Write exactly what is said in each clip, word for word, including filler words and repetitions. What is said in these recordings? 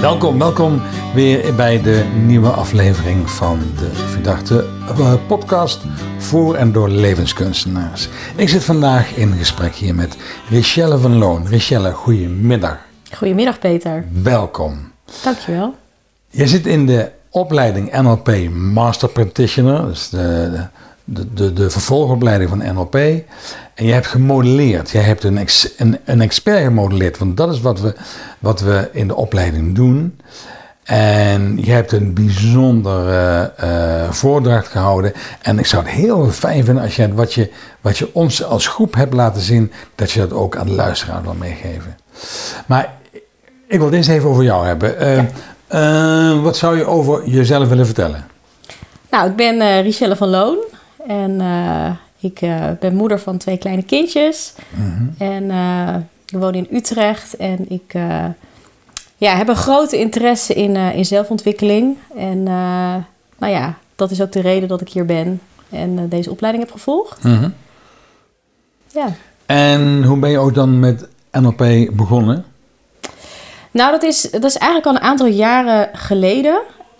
Welkom, welkom weer bij de nieuwe aflevering van de Verdachte podcast voor en door levenskunstenaars. Ik zit vandaag in gesprek hier met Richelle van Loon. Richelle, goedemiddag. Goedemiddag Peter. Welkom. Dankjewel. Je zit in de opleiding N L P Master Practitioner, dus de, de, de, de vervolgopleiding van N L P. En je hebt gemodelleerd. Jij hebt een, ex, een, een expert gemodelleerd, want dat is wat we, wat we in de opleiding doen. En je hebt een bijzondere uh, voordracht gehouden. En ik zou het heel fijn vinden als je wat je, wat je ons als groep hebt laten zien, dat je dat ook aan de luisteraar wil meegeven. Maar ik wil het eens even over jou hebben. Uh, ja. uh, wat zou je over jezelf willen vertellen? Nou, ik ben uh, Richelle van Loon. En uh, ik uh, ben moeder van twee kleine kindjes. Mm-hmm. En uh, ik woon in Utrecht. En ik uh, ja, heb een grote interesse in, uh, in zelfontwikkeling. En uh, nou ja, dat is ook de reden dat ik hier ben. En uh, deze opleiding heb gevolgd. Mm-hmm. Ja. En hoe ben je ook dan met N L P begonnen? Nou, dat is, dat is eigenlijk al een aantal jaren geleden.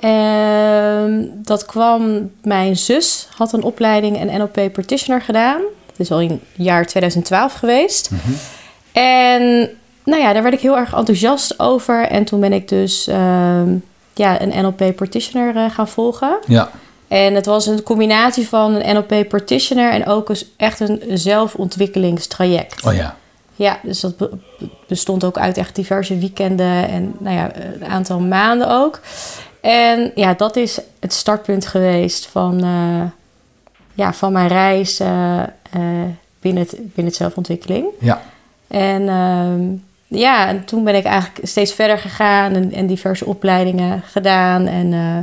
Uh, dat kwam, mijn zus had een opleiding, een N L P Practitioner gedaan. Dat is al in het jaar twintig twaalf geweest. Mm-hmm. En nou ja, daar werd ik heel erg enthousiast over. En toen ben ik dus uh, ja, een N L P Practitioner uh, gaan volgen. Ja. En het was een combinatie van een N L P Practitioner en ook een, echt een zelfontwikkelingstraject. Oh ja. Ja, dus dat bestond ook uit echt diverse weekenden en nou ja, een aantal maanden ook. En ja, dat is het startpunt geweest van, uh, ja, van mijn reis uh, uh, binnen, het, binnen het zelfontwikkeling. Ja. En, uh, ja, en toen ben ik eigenlijk steeds verder gegaan en, en diverse opleidingen gedaan. En uh,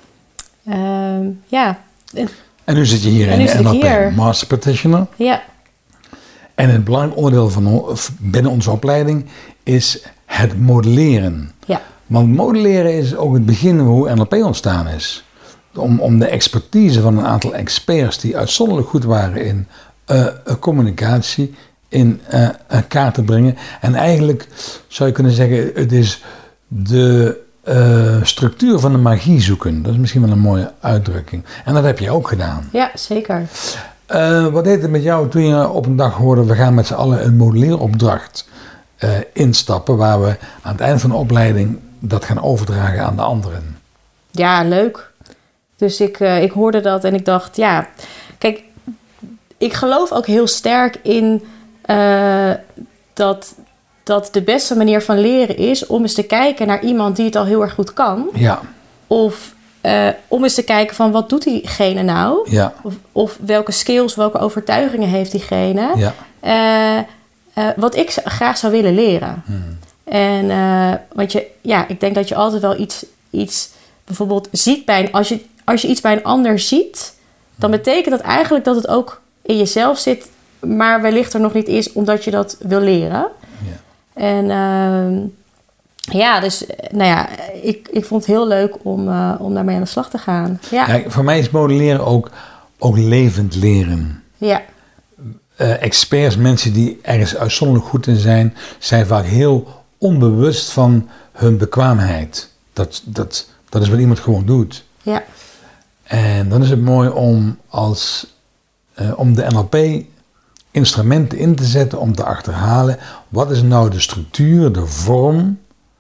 uh, ja. En nu zit je hier en in de N L P hier. Master Practitioner. Ja. En een belangrijk onderdeel van binnen onze opleiding is het modelleren. Ja. Want modelleren is ook het begin hoe N L P ontstaan is. Om, om de expertise van een aantal experts die uitzonderlijk goed waren in uh, communicatie in uh, kaart te brengen. En eigenlijk zou je kunnen zeggen, het is de uh, structuur van de magie zoeken. Dat is misschien wel een mooie uitdrukking. En dat heb je ook gedaan. Ja, zeker. Uh, wat deed het met jou toen je op een dag hoorde, we gaan met z'n allen een modelleeropdracht uh, instappen, waar we aan het eind van de opleiding dat gaan overdragen aan de anderen? Ja, leuk. Dus ik, uh, ik hoorde dat en ik dacht, ja, kijk, ik geloof ook heel sterk in uh, dat, dat de beste manier van leren is om eens te kijken naar iemand die het al heel erg goed kan. Ja. Of uh, om eens te kijken van wat doet diegene nou? Ja. Of, of welke skills, welke overtuigingen heeft diegene? Ja. Uh, uh, wat ik graag zou willen leren. Hmm. En uh, want je, ja, ik denk dat je altijd wel iets, iets bijvoorbeeld ziet bij een, als je, als je iets bij een ander ziet, dan betekent dat eigenlijk dat het ook in jezelf zit, maar wellicht er nog niet is, omdat je dat wil leren. Ja. En uh, ja, dus nou ja, ik, ik vond het heel leuk om, uh, om daarmee aan de slag te gaan. Ja. Ja, voor mij is modelleren ook, ook levend leren. Ja. Uh, experts, mensen die ergens uitzonderlijk goed in zijn, zijn vaak heel onbewust van hun bekwaamheid. Dat, dat, dat is wat iemand gewoon doet. Ja. En dan is het mooi om, als, uh, om de N L P instrumenten in te zetten om te achterhalen wat is nou de structuur, de vorm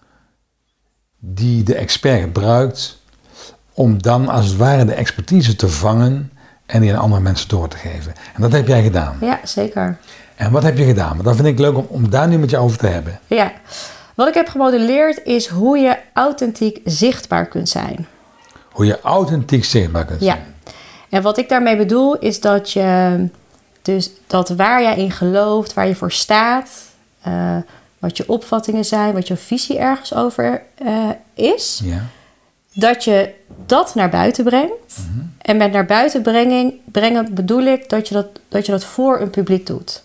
die de expert gebruikt om dan als het ware de expertise te vangen en die aan andere mensen door te geven. En dat heb jij gedaan. Ja, zeker. En wat heb je gedaan? Want dat vind ik leuk om, om daar nu met je over te hebben. Ja. Wat ik heb gemodelleerd is hoe je authentiek zichtbaar kunt zijn. Hoe je authentiek zichtbaar kunt zijn. Ja. En wat ik daarmee bedoel is dat je dus dat waar jij in gelooft, waar je voor staat, uh, wat je opvattingen zijn, wat je visie ergens over uh, is, Ja. dat je dat naar buiten brengt. Mm-hmm. En met naar buiten brenging, brengen bedoel ik dat je dat, dat je dat voor een publiek doet.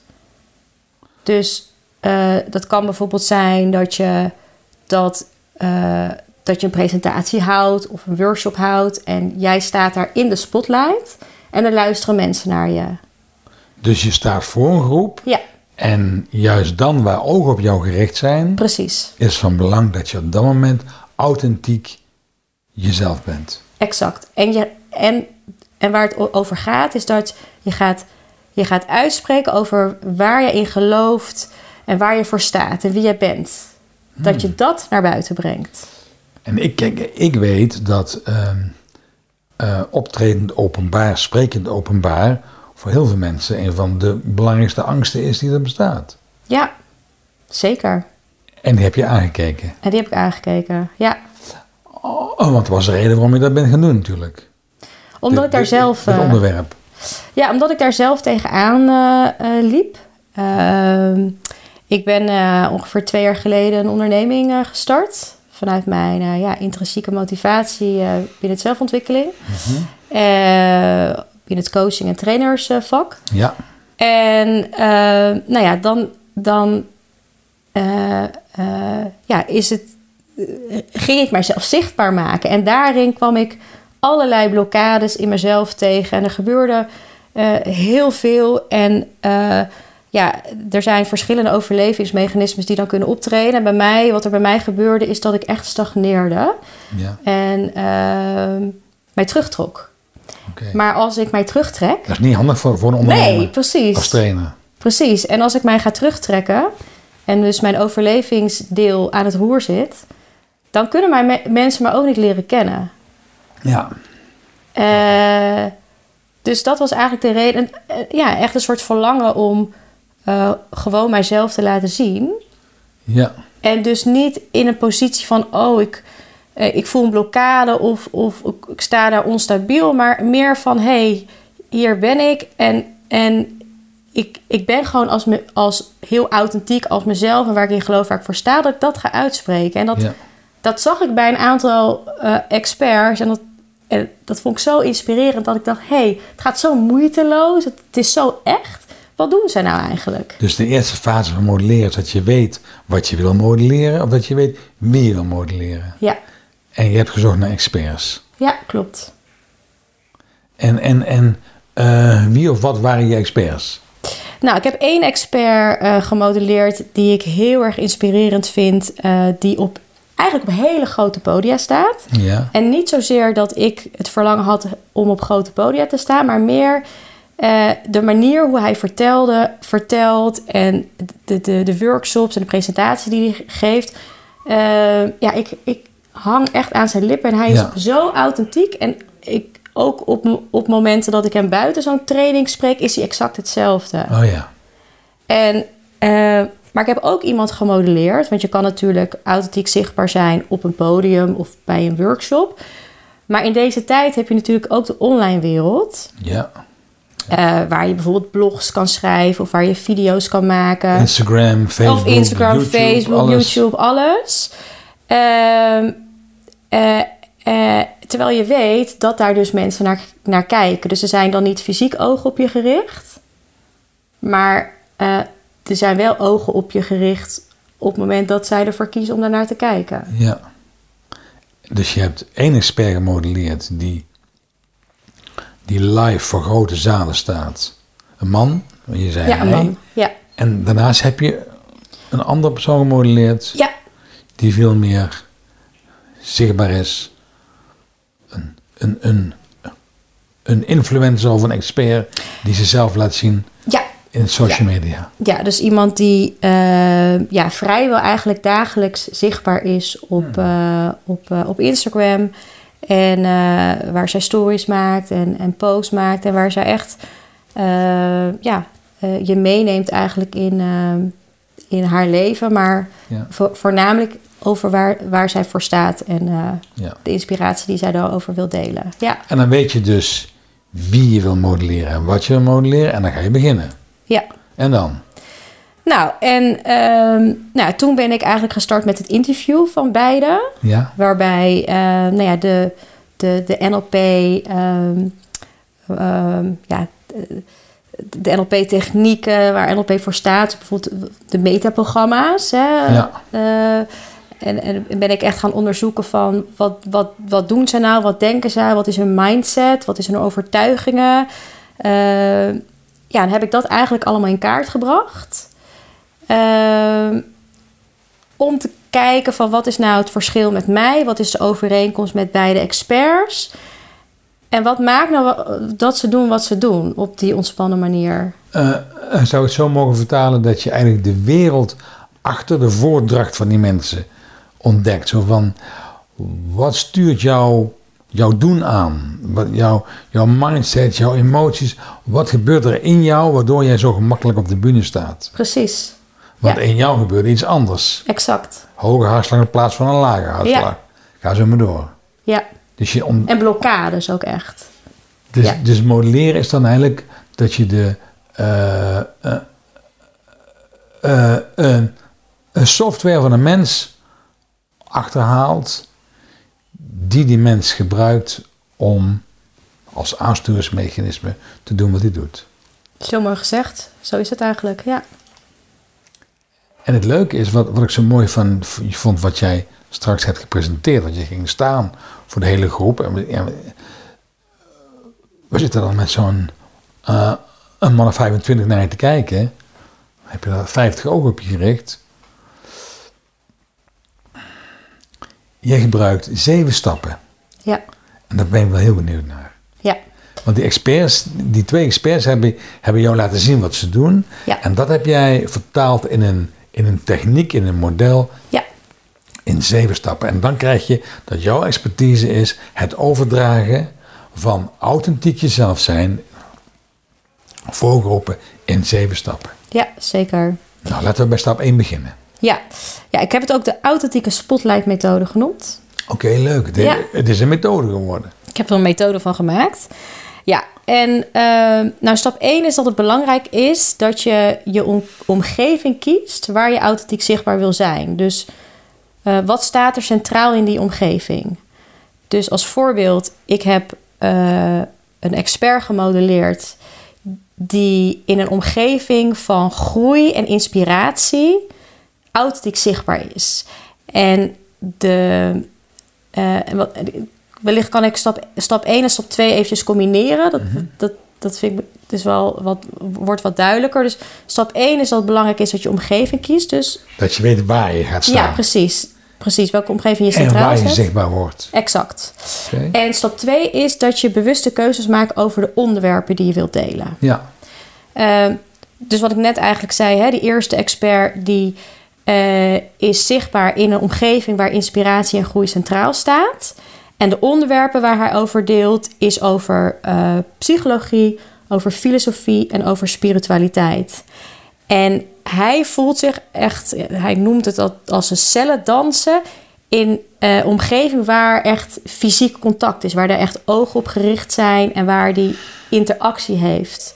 Dus uh, dat kan bijvoorbeeld zijn dat je, dat, uh, dat je een presentatie houdt of een workshop houdt en jij staat daar in de spotlight en dan luisteren mensen naar je. Dus je staat voor een groep. Ja. En juist dan waar ogen op jou gericht zijn, Precies. is van belang dat je op dat moment authentiek jezelf bent. Exact. En, je, en, en waar het over gaat, is dat je gaat, je gaat uitspreken over waar je in gelooft en waar je voor staat en wie je bent. Hmm. Dat je dat naar buiten brengt. En ik, kijk, ik weet dat uh, uh, optredend openbaar, sprekend openbaar, voor heel veel mensen een van de belangrijkste angsten is die er bestaat. Ja, zeker. En die heb je aangekeken? En die heb ik aangekeken, ja. Oh, want dat was de reden waarom je dat bent gaan doen natuurlijk. Omdat de, ik daar de, zelf... Het onderwerp. Uh, ja, omdat ik daar zelf tegenaan uh, uh, liep. Uh, ik ben uh, ongeveer twee jaar geleden een onderneming uh, gestart. Vanuit mijn uh, ja, intrinsieke motivatie uh, binnen het zelfontwikkeling. Mm-hmm. Uh, in het coaching- en trainersvak. Ja. En uh, nou ja, dan, dan uh, uh, ja, is het, uh, ging ik mijzelf zichtbaar maken. En daarin kwam ik allerlei blokkades in mezelf tegen. En er gebeurde uh, heel veel. En uh, ja, er zijn verschillende overlevingsmechanismes die dan kunnen optreden. En bij mij, wat er bij mij gebeurde, is dat ik echt stagneerde. Ja. En uh, mij terugtrok. Okay. Maar als ik mij terugtrek... Dat is niet handig voor, voor een ondernemer. Nee, precies. Als trainer. Precies. En als ik mij ga terugtrekken... en dus mijn overlevingsdeel aan het roer zit... dan kunnen mijn me- mensen me ook niet leren kennen. Ja. Uh, dus dat was eigenlijk de reden... Uh, ja, echt een soort verlangen om... Uh, gewoon mijzelf te laten zien. Ja. En dus niet in een positie van... oh, ik... Uh, ik voel een blokkade of, of ik sta daar onstabiel. Maar meer van, hé, hey, hier ben ik. En, en ik, ik ben gewoon als, me, als heel authentiek als mezelf. En waar ik in geloof, waar ik voor sta, dat ik dat ga uitspreken. En dat, ja. dat zag ik bij een aantal uh, experts. En dat, en dat vond ik zo inspirerend dat ik dacht, hé, hey, het gaat zo moeiteloos. Het, het is zo echt. Wat doen zij nou eigenlijk? Dus de eerste fase van modelleren is dat je weet wat je wil modelleren. Of dat je weet wie je wil modelleren. Ja. En je hebt gezocht naar experts. Ja, klopt. En, en, en uh, wie of wat waren je experts? Nou, ik heb één expert uh, gemodelleerd die ik heel erg inspirerend vind. Uh, die op eigenlijk op hele grote podia staat. Ja. En niet zozeer dat ik het verlangen had om op grote podia te staan. Maar meer uh, de manier hoe hij vertelde, vertelt. En de, de, de workshops en de presentatie die hij geeft. Uh, ja, ik... ik hang echt aan zijn lippen. En hij is ja. zo authentiek. En ik, ook op, op momenten dat ik hem buiten zo'n training spreek... is hij exact hetzelfde. Oh ja. En, uh, maar ik heb ook iemand gemodelleerd. Want je kan natuurlijk authentiek zichtbaar zijn... op een podium of bij een workshop. Maar in deze tijd heb je natuurlijk ook de online wereld. Ja. Uh, waar je bijvoorbeeld blogs kan schrijven... of waar je video's kan maken. Instagram, Facebook, Of Instagram, YouTube, Facebook, alles. YouTube, alles... Uh, uh, uh, terwijl je weet dat daar dus mensen naar, naar kijken. Dus er zijn dan niet fysiek ogen op je gericht. Maar uh, er zijn wel ogen op je gericht... op het moment dat zij ervoor kiezen om daarnaar te kijken. Ja. Dus je hebt één expert gemodelleerd... die, die live voor grote zalen staat. Een man, je zei ja, een hij. man. Ja. En daarnaast heb je een andere persoon gemodelleerd... Ja. die veel meer zichtbaar is. Een, een, een, een influencer of een expert die zichzelf laat zien ja. in social ja. media. Ja, dus iemand die uh, ja, vrijwel eigenlijk dagelijks zichtbaar is op, uh, op, uh, op Instagram. En uh, waar zij stories maakt en, en posts maakt. En waar zij echt uh, ja, uh, je meeneemt eigenlijk in... Uh, in haar leven, maar ja. vo- voornamelijk over waar, waar zij voor staat en uh, ja. de inspiratie die zij daarover wil delen. Ja. En dan weet je dus wie je wil modelleren en wat je wil modelleren en dan ga je beginnen. Ja. En dan? Nou, en um, nou, toen ben ik eigenlijk gestart met het interview van beide. Ja. Waarbij uh, nou ja, de, de, de N L P... Um, um, ja, de N L P-technieken waar N L P voor staat. Bijvoorbeeld de metaprogramma's. Hè? Ja. Uh, en, en ben ik echt gaan onderzoeken van... Wat, wat, wat doen ze nou? Wat denken ze? Wat is hun mindset? Wat is hun overtuigingen? Uh, ja, dan heb ik dat eigenlijk allemaal in kaart gebracht. Uh, om te kijken van wat is nou het verschil met mij? Wat is de overeenkomst met beide experts? En wat maakt nou dat ze doen wat ze doen op die ontspannen manier? Uh, zou het zo mogen vertalen dat je eigenlijk de wereld achter de voordracht van die mensen ontdekt? Zo van, wat stuurt jou, jouw doen aan? Wat, jouw, jouw mindset, jouw emoties. Wat gebeurt er in jou waardoor jij zo gemakkelijk op de bühne staat? Precies. Want ja. in jou gebeurt iets anders. Exact. Hoge hartslag in plaats van een lage hartslag. Ja. Ga zo maar door. Ja. Dus je on... En blokkades ook echt. Dus, ja. dus modelleren is dan eigenlijk dat je de uh, uh, uh, uh, een software van een mens achterhaalt die die mens gebruikt om als aansturingsmechanisme te doen wat hij doet. Zo mooi gezegd. Zo is het eigenlijk, ja. En het leuke is, wat, wat ik zo mooi van vond wat jij straks hebt gepresenteerd, dat je ging staan voor de hele groep. En we, ja, we zitten dan met zo'n uh, een man of vijfentwintig naar je te kijken. Dan heb je daar vijftig ogen op je gericht. Jij gebruikt zeven stappen. Ja. En daar ben ik wel heel benieuwd naar. Ja. Want die experts, die twee experts hebben, hebben jou laten zien wat ze doen. Ja. En dat heb jij vertaald in een, in een techniek, in een model. Ja. In zeven stappen. En dan krijg je dat jouw expertise is het overdragen van authentiek jezelf zijn voor groepen in zeven stappen. Ja, zeker. Nou, laten we bij stap één beginnen. Ja. Ja, ik heb het ook de authentieke spotlight methode genoemd. Oké, okay, leuk. Het, ja. het is een methode geworden. Ik heb er een methode van gemaakt. Ja, en uh, nou stap één is dat het belangrijk is dat je je om- omgeving kiest waar je authentiek zichtbaar wil zijn. Dus uh, wat staat er centraal in die omgeving? Dus als voorbeeld, ik heb uh, een expert gemodelleerd die in een omgeving van groei en inspiratie authentiek zichtbaar is. En de... Uh, en wat, wellicht kan ik stap, stap één en stap twee eventjes combineren. Dat, mm-hmm. dat, dat vind ik dus wel wat, wordt wat duidelijker. Dus stap één is dat het belangrijk is dat je omgeving kiest. Dus, dat je weet waar je gaat staan. Ja, precies. Precies, welke omgeving je centraal zet. En waar je zichtbaar wordt. Exact. Okay. En stap twee is dat je bewuste keuzes maakt over de onderwerpen die je wilt delen. Ja. Uh, dus wat ik net eigenlijk zei, hè, die eerste expert die uh, is zichtbaar in een omgeving waar inspiratie en groei centraal staat. En de onderwerpen waar hij over deelt is over uh, psychologie, over filosofie en over spiritualiteit. En hij voelt zich echt, hij noemt het als een cellen dansen in een uh, omgeving waar echt fysiek contact is. Waar er echt ogen op gericht zijn en waar die interactie heeft.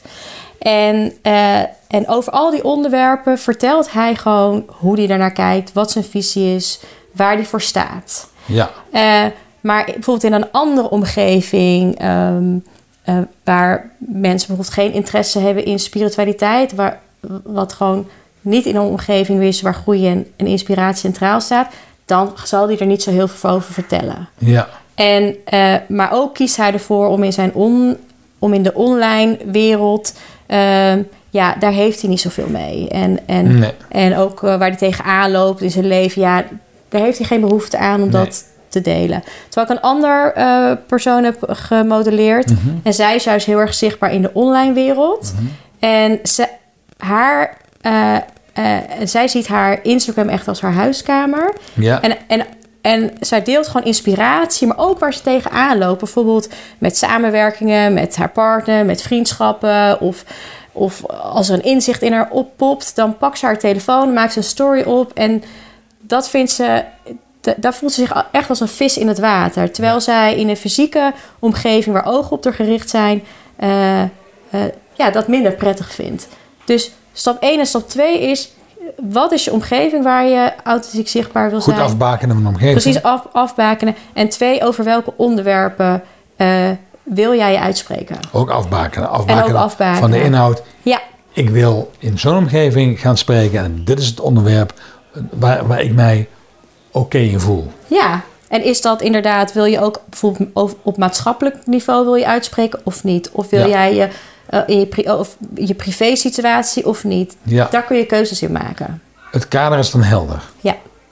En, uh, en over al die onderwerpen vertelt hij gewoon hoe hij daarnaar kijkt, wat zijn visie is, waar hij voor staat. Ja. Uh, maar bijvoorbeeld in een andere omgeving, um, uh, waar mensen bijvoorbeeld geen interesse hebben in spiritualiteit, waar, wat gewoon niet in een omgeving is waar groei en, en inspiratie centraal staat, dan zal hij er niet zo heel veel over vertellen. Ja. En, uh, maar ook kiest hij ervoor om in, zijn on, om in de online wereld, uh, ja, daar heeft hij niet zoveel mee. En, en, nee. en ook uh, waar hij tegenaan loopt in zijn leven, ja, daar heeft hij geen behoefte aan om nee. dat te delen. Terwijl ik een ander uh, persoon heb gemodelleerd. Mm-hmm. En zij is juist heel erg zichtbaar in de online wereld. Mm-hmm. En ze, haar, uh, uh, zij ziet haar Instagram echt als haar huiskamer. Ja. En, en, en zij deelt gewoon inspiratie, maar ook waar ze tegenaan loopt. Bijvoorbeeld met samenwerkingen, met haar partner, met vriendschappen. Of, of als er een inzicht in haar oppopt, dan pakt ze haar telefoon, maakt ze een story op. En dat vindt ze... De, daar voelt ze zich echt als een vis in het water. Terwijl zij in een fysieke omgeving waar ogen op haar gericht zijn, uh, uh, ja, dat minder prettig vindt. Dus stap één en stap twee is, wat is je omgeving waar je authentiek zichtbaar wil Goed zijn? Goed afbakenen van de omgeving. Precies, af, afbakenen. En twee, over welke onderwerpen uh, wil jij je uitspreken? Ook afbakenen. Afbakenen, en ook afbakenen van de inhoud. Ja. Ik wil in zo'n omgeving gaan spreken en dit is het onderwerp waar, waar ik mij oké okay in voel. Ja, en is dat inderdaad, wil je ook bijvoorbeeld op maatschappelijk niveau wil je uitspreken of niet? Of wil ja. jij je, uh, in je, pri- of je privé situatie of niet? Ja. Daar kun je keuzes in maken. Het kader is dan helder. Ja.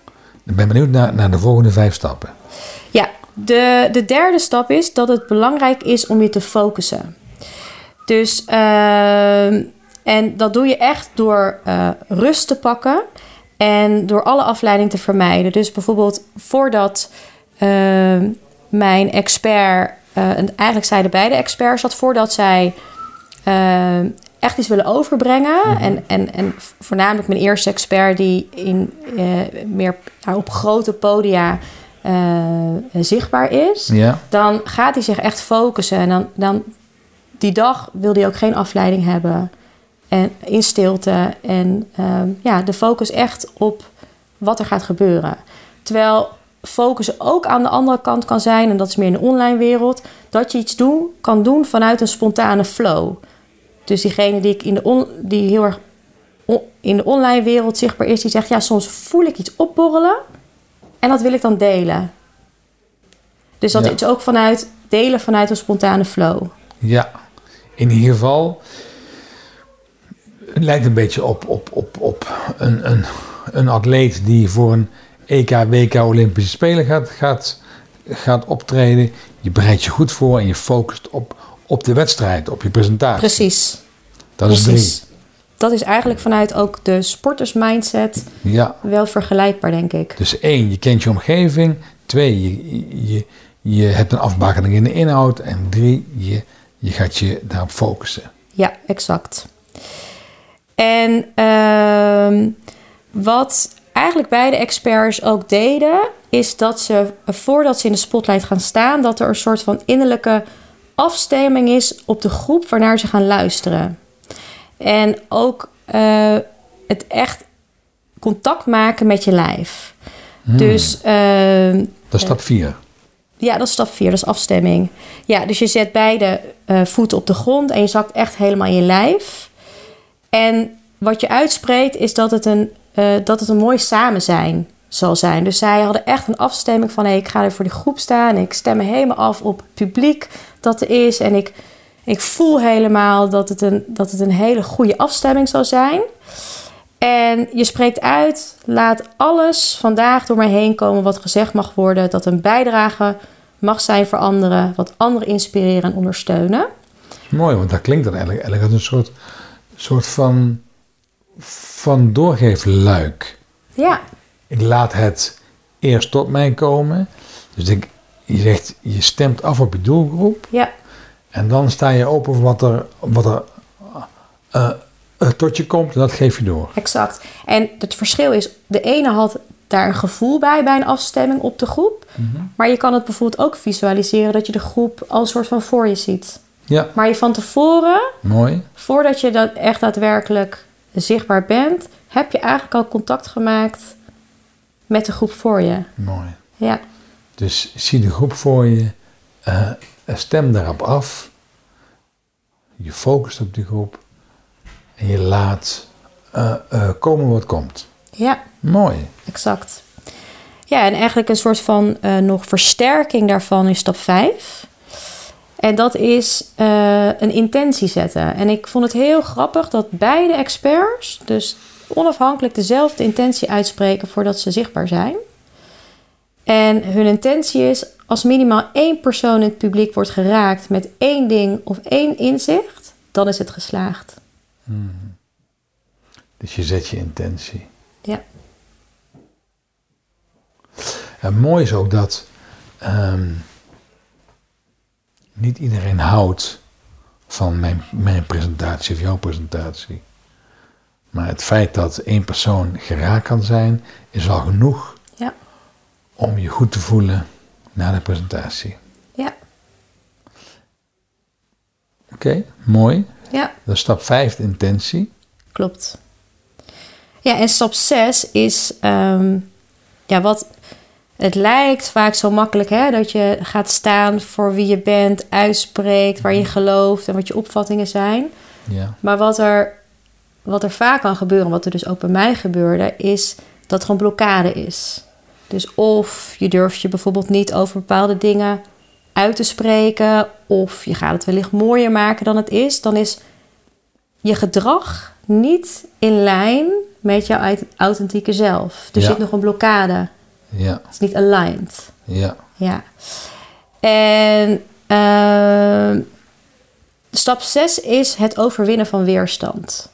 Ik ben benieuwd naar, naar de volgende vijf stappen. Ja, de, de derde stap is dat het belangrijk is om je te focussen. Dus, uh, en dat doe je echt door uh, rust te pakken en door alle afleiding te vermijden. Dus bijvoorbeeld voordat uh, mijn expert, uh, en eigenlijk zeiden beide experts dat voordat zij uh, echt iets willen overbrengen. Mm-hmm. En, en, en voornamelijk mijn eerste expert die in, uh, meer nou, op grote podia uh, zichtbaar is. Ja. Dan gaat hij zich echt focussen. En dan, dan die dag wil hij ook geen afleiding hebben. En in stilte. En uh, ja, de focus echt op wat er gaat gebeuren. Terwijl focus ook aan de andere kant kan zijn, en dat is meer in de online wereld, dat je iets doen, kan doen vanuit een spontane flow. Dus diegene die ik in de on, die heel erg on, in de online wereld zichtbaar is, die zegt, ja, soms voel ik iets opborrelen en dat wil ik dan delen. Dus dat ja. is ook vanuit delen vanuit een spontane flow. Ja, in ieder geval, het lijkt een beetje op, op, op, op een, een, een atleet die voor een E K, W K Olympische Spelen gaat, gaat, gaat optreden. Je bereidt je goed voor en je focust op, op de wedstrijd, op je presentatie. Precies. Dat Precies. is drie. Dat is eigenlijk vanuit ook de sportersmindset ja. wel vergelijkbaar, denk ik. Dus één, je kent je omgeving. Twee, je, je, je hebt een afbakening in de inhoud. En drie, je, je gaat je daarop focussen. Ja, exact. En uh, wat eigenlijk beide experts ook deden, is dat ze, voordat ze in de spotlight gaan staan, dat er een soort van innerlijke afstemming is op de groep waarnaar ze gaan luisteren. En ook uh, het echt contact maken met je lijf. Hmm. Dus, uh, dat is stap vier. Ja, dat is stap vier, dat is afstemming. Ja, dus je zet beide uh, voeten op de grond en je zakt echt helemaal in je lijf. En wat je uitspreekt is dat het een, uh, dat het een mooi samen zijn zal zijn. Dus zij hadden echt een afstemming van, hey, ik ga er voor die groep staan en ik stem me helemaal af op het publiek dat er is. En ik, ik voel helemaal dat het, een, dat het een hele goede afstemming zal zijn. En je spreekt uit, laat alles vandaag door mij heen komen wat gezegd mag worden. Dat een bijdrage mag zijn voor anderen, wat anderen inspireren en ondersteunen. Mooi, want dat klinkt dan eigenlijk, eigenlijk als een soort, soort van, van doorgeefluik. Ja. Ik laat het eerst tot mij komen. Dus ik, je zegt, je stemt af op je doelgroep. Ja. En dan sta je open voor wat er, wat er uh, uh, tot je komt. En dat geef je door. Exact. En het verschil is, de ene had daar een gevoel bij, bij een afstemming op de groep. Mm-hmm. Maar je kan het bijvoorbeeld ook visualiseren dat je de groep als een soort van voor je ziet. Ja. Maar je van tevoren, mooi, voordat je dat echt daadwerkelijk zichtbaar bent, heb je eigenlijk al contact gemaakt met de groep voor je. Mooi. Ja. Dus zie de groep voor je, uh, stem daarop af, je focust op die groep en je laat uh, uh, komen wat komt. Ja. Mooi. Exact. Ja, en eigenlijk een soort van uh, nog versterking daarvan is stap vijf. En dat is uh, een intentie zetten. En ik vond het heel grappig dat beide experts dus onafhankelijk dezelfde intentie uitspreken voordat ze zichtbaar zijn. En hun intentie is, als minimaal één persoon in het publiek wordt geraakt met één ding of één inzicht, dan is het geslaagd. Hmm. Dus je zet je intentie. Ja. En mooi is ook dat um, niet iedereen houdt van mijn, mijn presentatie of jouw presentatie. Maar het feit dat één persoon geraakt kan zijn, is al genoeg, ja, om je goed te voelen na de presentatie. Ja. Oké, okay, mooi. Ja. Dat is stap vijf, de intentie. Klopt. Ja, en stap zes is, um, ja, wat het lijkt vaak zo makkelijk, hè, dat je gaat staan voor wie je bent, uitspreekt, waar je gelooft en wat je opvattingen zijn. Ja. Maar wat er, wat er vaak kan gebeuren, wat er dus ook bij mij gebeurde, is dat er een blokkade is. Dus of je durft je bijvoorbeeld niet over bepaalde dingen uit te spreken, of je gaat het wellicht mooier maken dan het is, dan is je gedrag niet in lijn met jouw authentieke zelf. Er ja. zit nog een blokkade. Ja. Het is niet aligned. Ja. Ja. En uh, stap zes is het overwinnen van weerstand.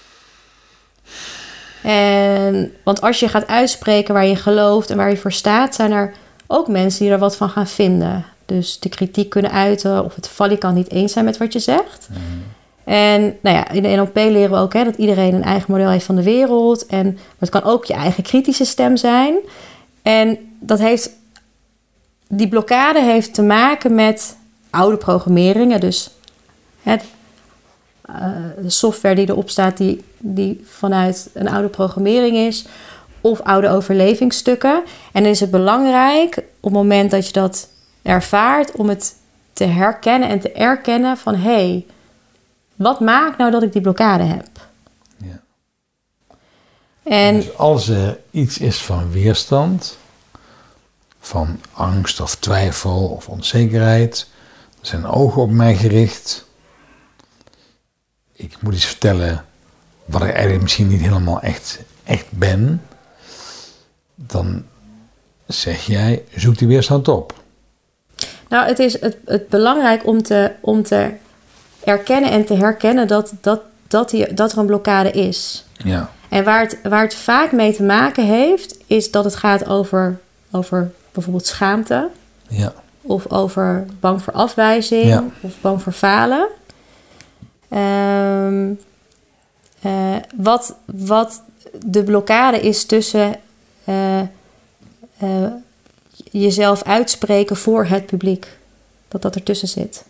En, want als je gaat uitspreken waar je gelooft en waar je voor staat, zijn er ook mensen die er wat van gaan vinden. Dus de kritiek kunnen uiten of het valikant niet eens zijn met wat je zegt. Mm. En nou ja, in de N L P leren we ook hè, dat iedereen een eigen model heeft van de wereld. En, maar het kan ook je eigen kritische stem zijn. En dat heeft, die blokkade heeft te maken met oude programmeringen. Dus hè, uh, de software die erop staat, die, die vanuit een oude programmering is. Of oude overlevingsstukken. En dan is het belangrijk op het moment dat je dat ervaart om het te herkennen en te erkennen van hé, hey, wat maakt nou dat ik die blokkade heb? Ja. En dus als er iets is van weerstand, van angst of twijfel of onzekerheid, er zijn ogen op mij gericht. Ik moet iets vertellen wat ik eigenlijk misschien niet helemaal echt, echt ben. Dan zeg jij, zoek die weerstand op. Nou, het is het, het belangrijk om te, om te erkennen en te herkennen dat, dat, dat, die, dat er een blokkade is. Ja. En waar het, waar het vaak mee te maken heeft, is dat het gaat over, over bijvoorbeeld schaamte. Ja. Of over bang voor afwijzing. Ja. Of bang voor falen. Um, uh, wat, wat de blokkade is tussen uh, uh, jezelf uitspreken voor het publiek. Dat dat ertussen zit.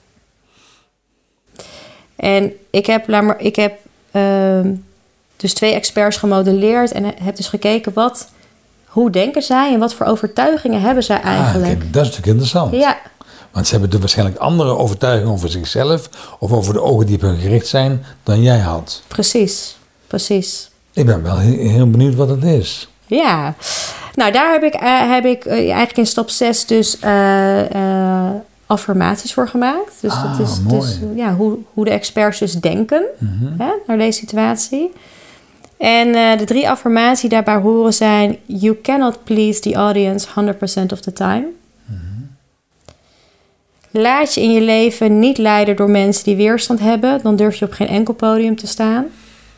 En ik heb, laat maar, ik heb uh, dus twee experts gemodelleerd en heb dus gekeken wat, hoe denken zij en wat voor overtuigingen hebben zij eigenlijk. Ah, kijk, dat is natuurlijk interessant. Ja. Want ze hebben dus waarschijnlijk andere overtuigingen over zichzelf of over de ogen die op hen gericht zijn dan jij had. Precies, precies. Ik ben wel heel, heel benieuwd wat het is. Ja, nou daar heb ik, uh, heb ik uh, eigenlijk in stap zes dus uh, uh, affirmaties voor gemaakt. Dus ah, dat is mooi. dus, ja, hoe, hoe de experts dus denken Mm-hmm. hè, naar deze situatie. En uh, de drie affirmaties daarbij horen zijn: you cannot please the audience honderd percent of the time. Mm-hmm. Laat je in je leven niet leiden door mensen die weerstand hebben. Dan durf je op geen enkel podium te staan.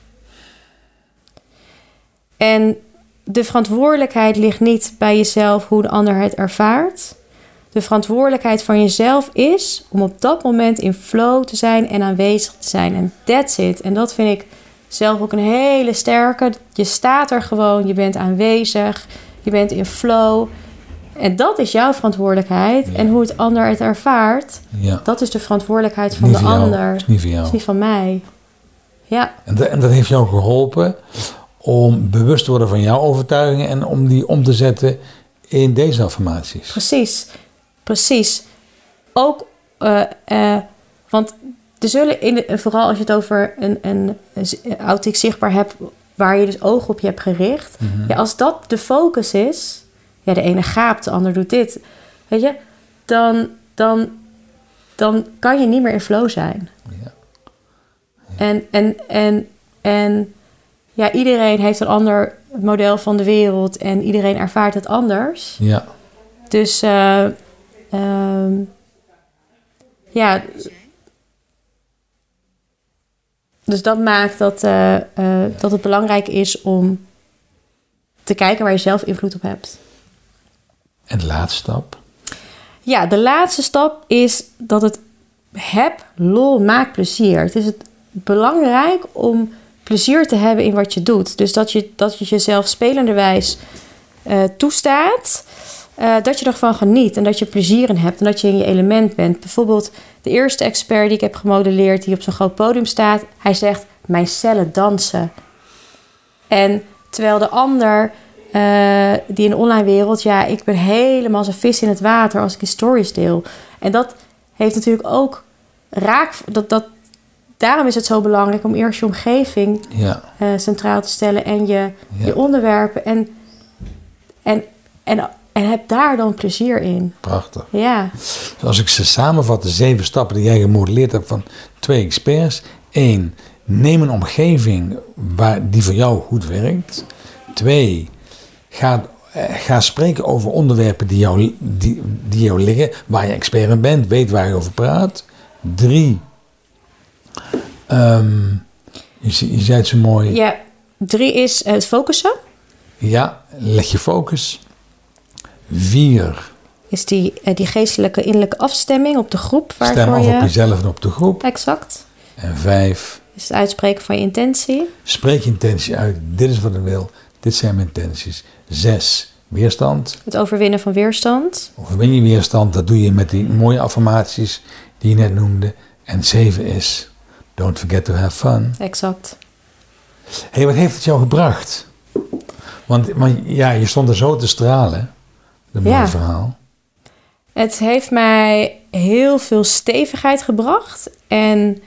En de verantwoordelijkheid ligt niet bij jezelf hoe de ander het ervaart. De verantwoordelijkheid van jezelf is om op dat moment in flow te zijn en aanwezig te zijn. En that's it. En dat vind ik zelf ook een hele sterke. Je staat er gewoon, je bent aanwezig, je bent in flow. En dat is jouw verantwoordelijkheid. Ja. En hoe het ander het ervaart, ja. dat is de verantwoordelijkheid van de ander. Het is niet van jou. Het is niet van mij. Ja. En, de, en dat heeft jou geholpen om bewust te worden van jouw overtuigingen en om die om te zetten in deze affirmaties. Precies, precies. Ook, uh, uh, want er zullen, in de, vooral als je het over een, een, een autistiek zichtbaar hebt, waar je dus ogen op je hebt gericht. Mm-hmm. Ja, als dat de focus is, ja, de ene gaapt, de ander doet dit, weet je, dan, dan, dan kan je niet meer in flow zijn. Ja. Ja. En, en, en, en ja, iedereen heeft een ander model van de wereld en iedereen ervaart het anders. Ja. Dus uh, uh, ja, dus dat maakt dat, uh, uh, dat het belangrijk is om te kijken waar je zelf invloed op hebt. En de laatste stap? Ja, de laatste stap is dat het heb, lol, maak plezier. Het is het belangrijk om plezier te hebben in wat je doet. Dus dat je, dat je jezelf spelenderwijs uh, toestaat. Uh, dat je ervan geniet en dat je plezier in hebt en dat je in je element bent. Bijvoorbeeld de eerste expert die ik heb gemodelleerd, die op zo'n groot podium staat. Hij zegt, mijn cellen dansen. En terwijl de ander, uh, die in de online wereld, ja, ik ben helemaal als een vis in het water als ik die stories deel. En dat heeft natuurlijk ook raak... Dat, dat, daarom is het zo belangrijk om eerst je omgeving ja. uh, centraal te stellen en je, ja. je onderwerpen. En, en, en, en heb daar dan plezier in. Prachtig. Ja. Dus als ik ze samenvat, de zeven stappen die jij gemodelleerd hebt van twee experts. Eén, neem een omgeving waar die voor jou goed werkt. Twee, ga ga spreken over onderwerpen die jou, die, die jou liggen, waar je expert in bent, weet waar je over praat. Drie, um, je, je zei het zo mooi. Ja, drie is het focussen. Ja, leg je focus. Vier. Is die, die geestelijke innerlijke afstemming op de groep. Stem af je... op jezelf en op de groep. Exact. En vijf. Is het uitspreken van je intentie. Spreek je intentie uit. Dit is wat ik wil. Dit zijn mijn intenties. Zes. Weerstand. Het overwinnen van weerstand. Overwin je weerstand. Dat doe je met die mooie affirmaties die je net noemde. En zeven is. Don't forget to have fun. Exact. Hé, hey, wat heeft het jou gebracht? Want, want ja, je stond er zo te stralen. Dat mooie ja. verhaal. Het heeft mij heel veel stevigheid gebracht. En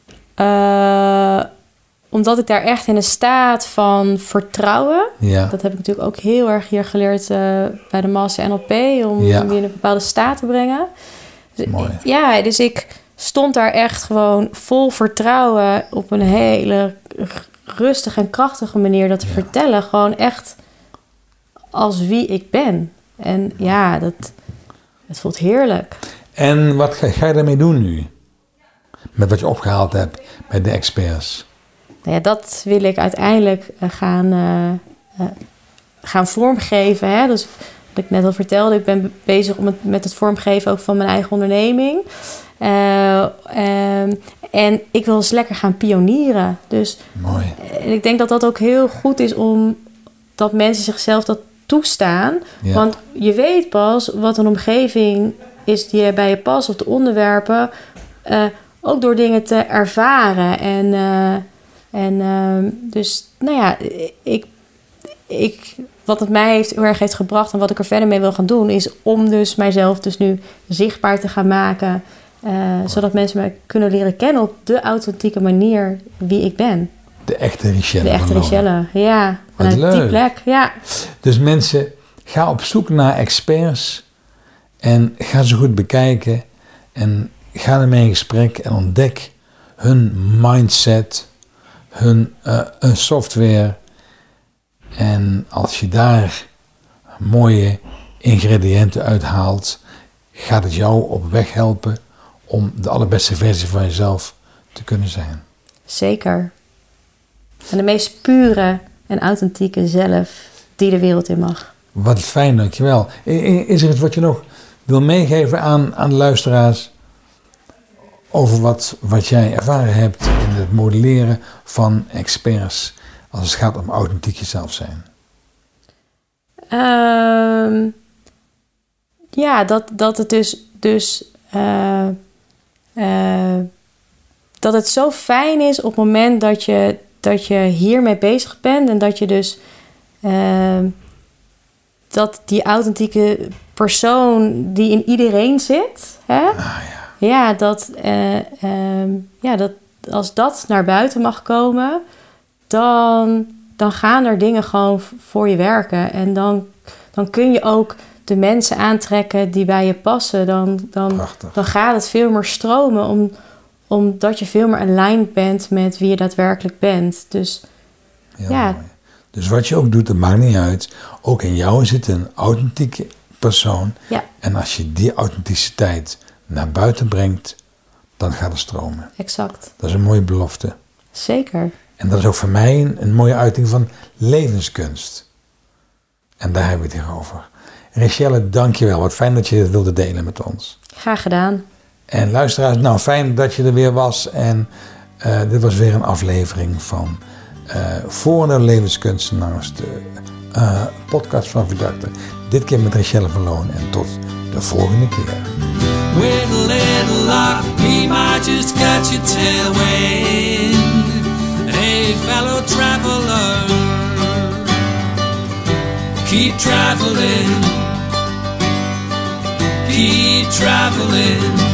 uh, omdat ik daar echt in een staat van vertrouwen... Ja. Dat heb ik natuurlijk ook heel erg hier geleerd uh, bij de Master N L P... om Ja. je in een bepaalde staat te brengen. Dus, Mooi. Ja, dus ik stond daar echt gewoon vol vertrouwen... op een hele rustige en krachtige manier dat te ja. vertellen. Gewoon echt als wie ik ben. En ja, dat... Het voelt heerlijk. En wat ga, ga je daarmee doen nu? Met wat je opgehaald hebt bij de experts? Nou ja, dat wil ik uiteindelijk uh, gaan, uh, uh, gaan vormgeven. Hè? Dus wat ik net al vertelde, ik ben bezig om het, met het vormgeven ook van mijn eigen onderneming. Uh, uh, en ik wil eens lekker gaan pionieren. Dus, mooi. En ik denk dat dat ook heel goed is om dat mensen zichzelf dat toestaan. Ja. Want je weet pas wat een omgeving is die bij je past, of de onderwerpen, uh, ook door dingen te ervaren. En, uh, en uh, dus, nou ja, ik, ik, wat het mij heeft, heel erg heeft gebracht en wat ik er verder mee wil gaan doen, is om dus mijzelf dus nu zichtbaar te gaan maken, uh, oh. zodat mensen mij kunnen leren kennen op de authentieke manier wie ik ben. De echte Richelle. De echte Richelle, ja. Wat leuk. Die plek, ja. Dus mensen, ga op zoek naar experts en ga ze goed bekijken en ga ermee in gesprek en ontdek hun mindset, hun uh, hun software. En als je daar mooie ingrediënten uithaalt, gaat het jou op weg helpen om de allerbeste versie van jezelf te kunnen zijn. Zeker. En de meest pure en authentieke zelf die de wereld in mag. Wat fijn, dankjewel. Is er iets wat je nog wil meegeven aan, aan de luisteraars over wat, wat jij ervaren hebt in het modelleren van experts als het gaat om authentiek jezelf zijn? Um, ja, dat, dat het dus, dus uh, uh, dat het zo fijn is op het moment dat je dat je hiermee bezig bent en dat je dus uh, dat die authentieke persoon die in iedereen zit, hè? Ah, ja. Ja, dat, uh, um, ja, dat als dat naar buiten mag komen, dan, dan gaan er dingen gewoon voor je werken. En dan, dan kun je ook de mensen aantrekken die bij je passen. Dan, dan, dan gaat het veel meer stromen, om, omdat je veel meer aligned bent met wie je daadwerkelijk bent. Dus ja. ja. Dus wat je ook doet, dat maakt niet uit. Ook in jou zit een authentieke persoon. Ja. En als je die authenticiteit naar buiten brengt, dan gaat het stromen. Exact. Dat is een mooie belofte. Zeker. En dat is ook voor mij een, een mooie uiting van levenskunst. En daar hebben we het hier over. Richelle, dank je wel. Wat fijn dat je dit wilde delen met ons. Graag gedaan. En luisteraars, nou fijn dat je er weer was. En uh, dit was weer een aflevering van uh, Voor de levenskunstenaars, de uh, podcast van Verdachte. Dit keer met Richelle Verloon. En tot de volgende keer. With a little luck, we might just catch a tailwind. Hey, fellow traveler, keep traveling, keep traveling.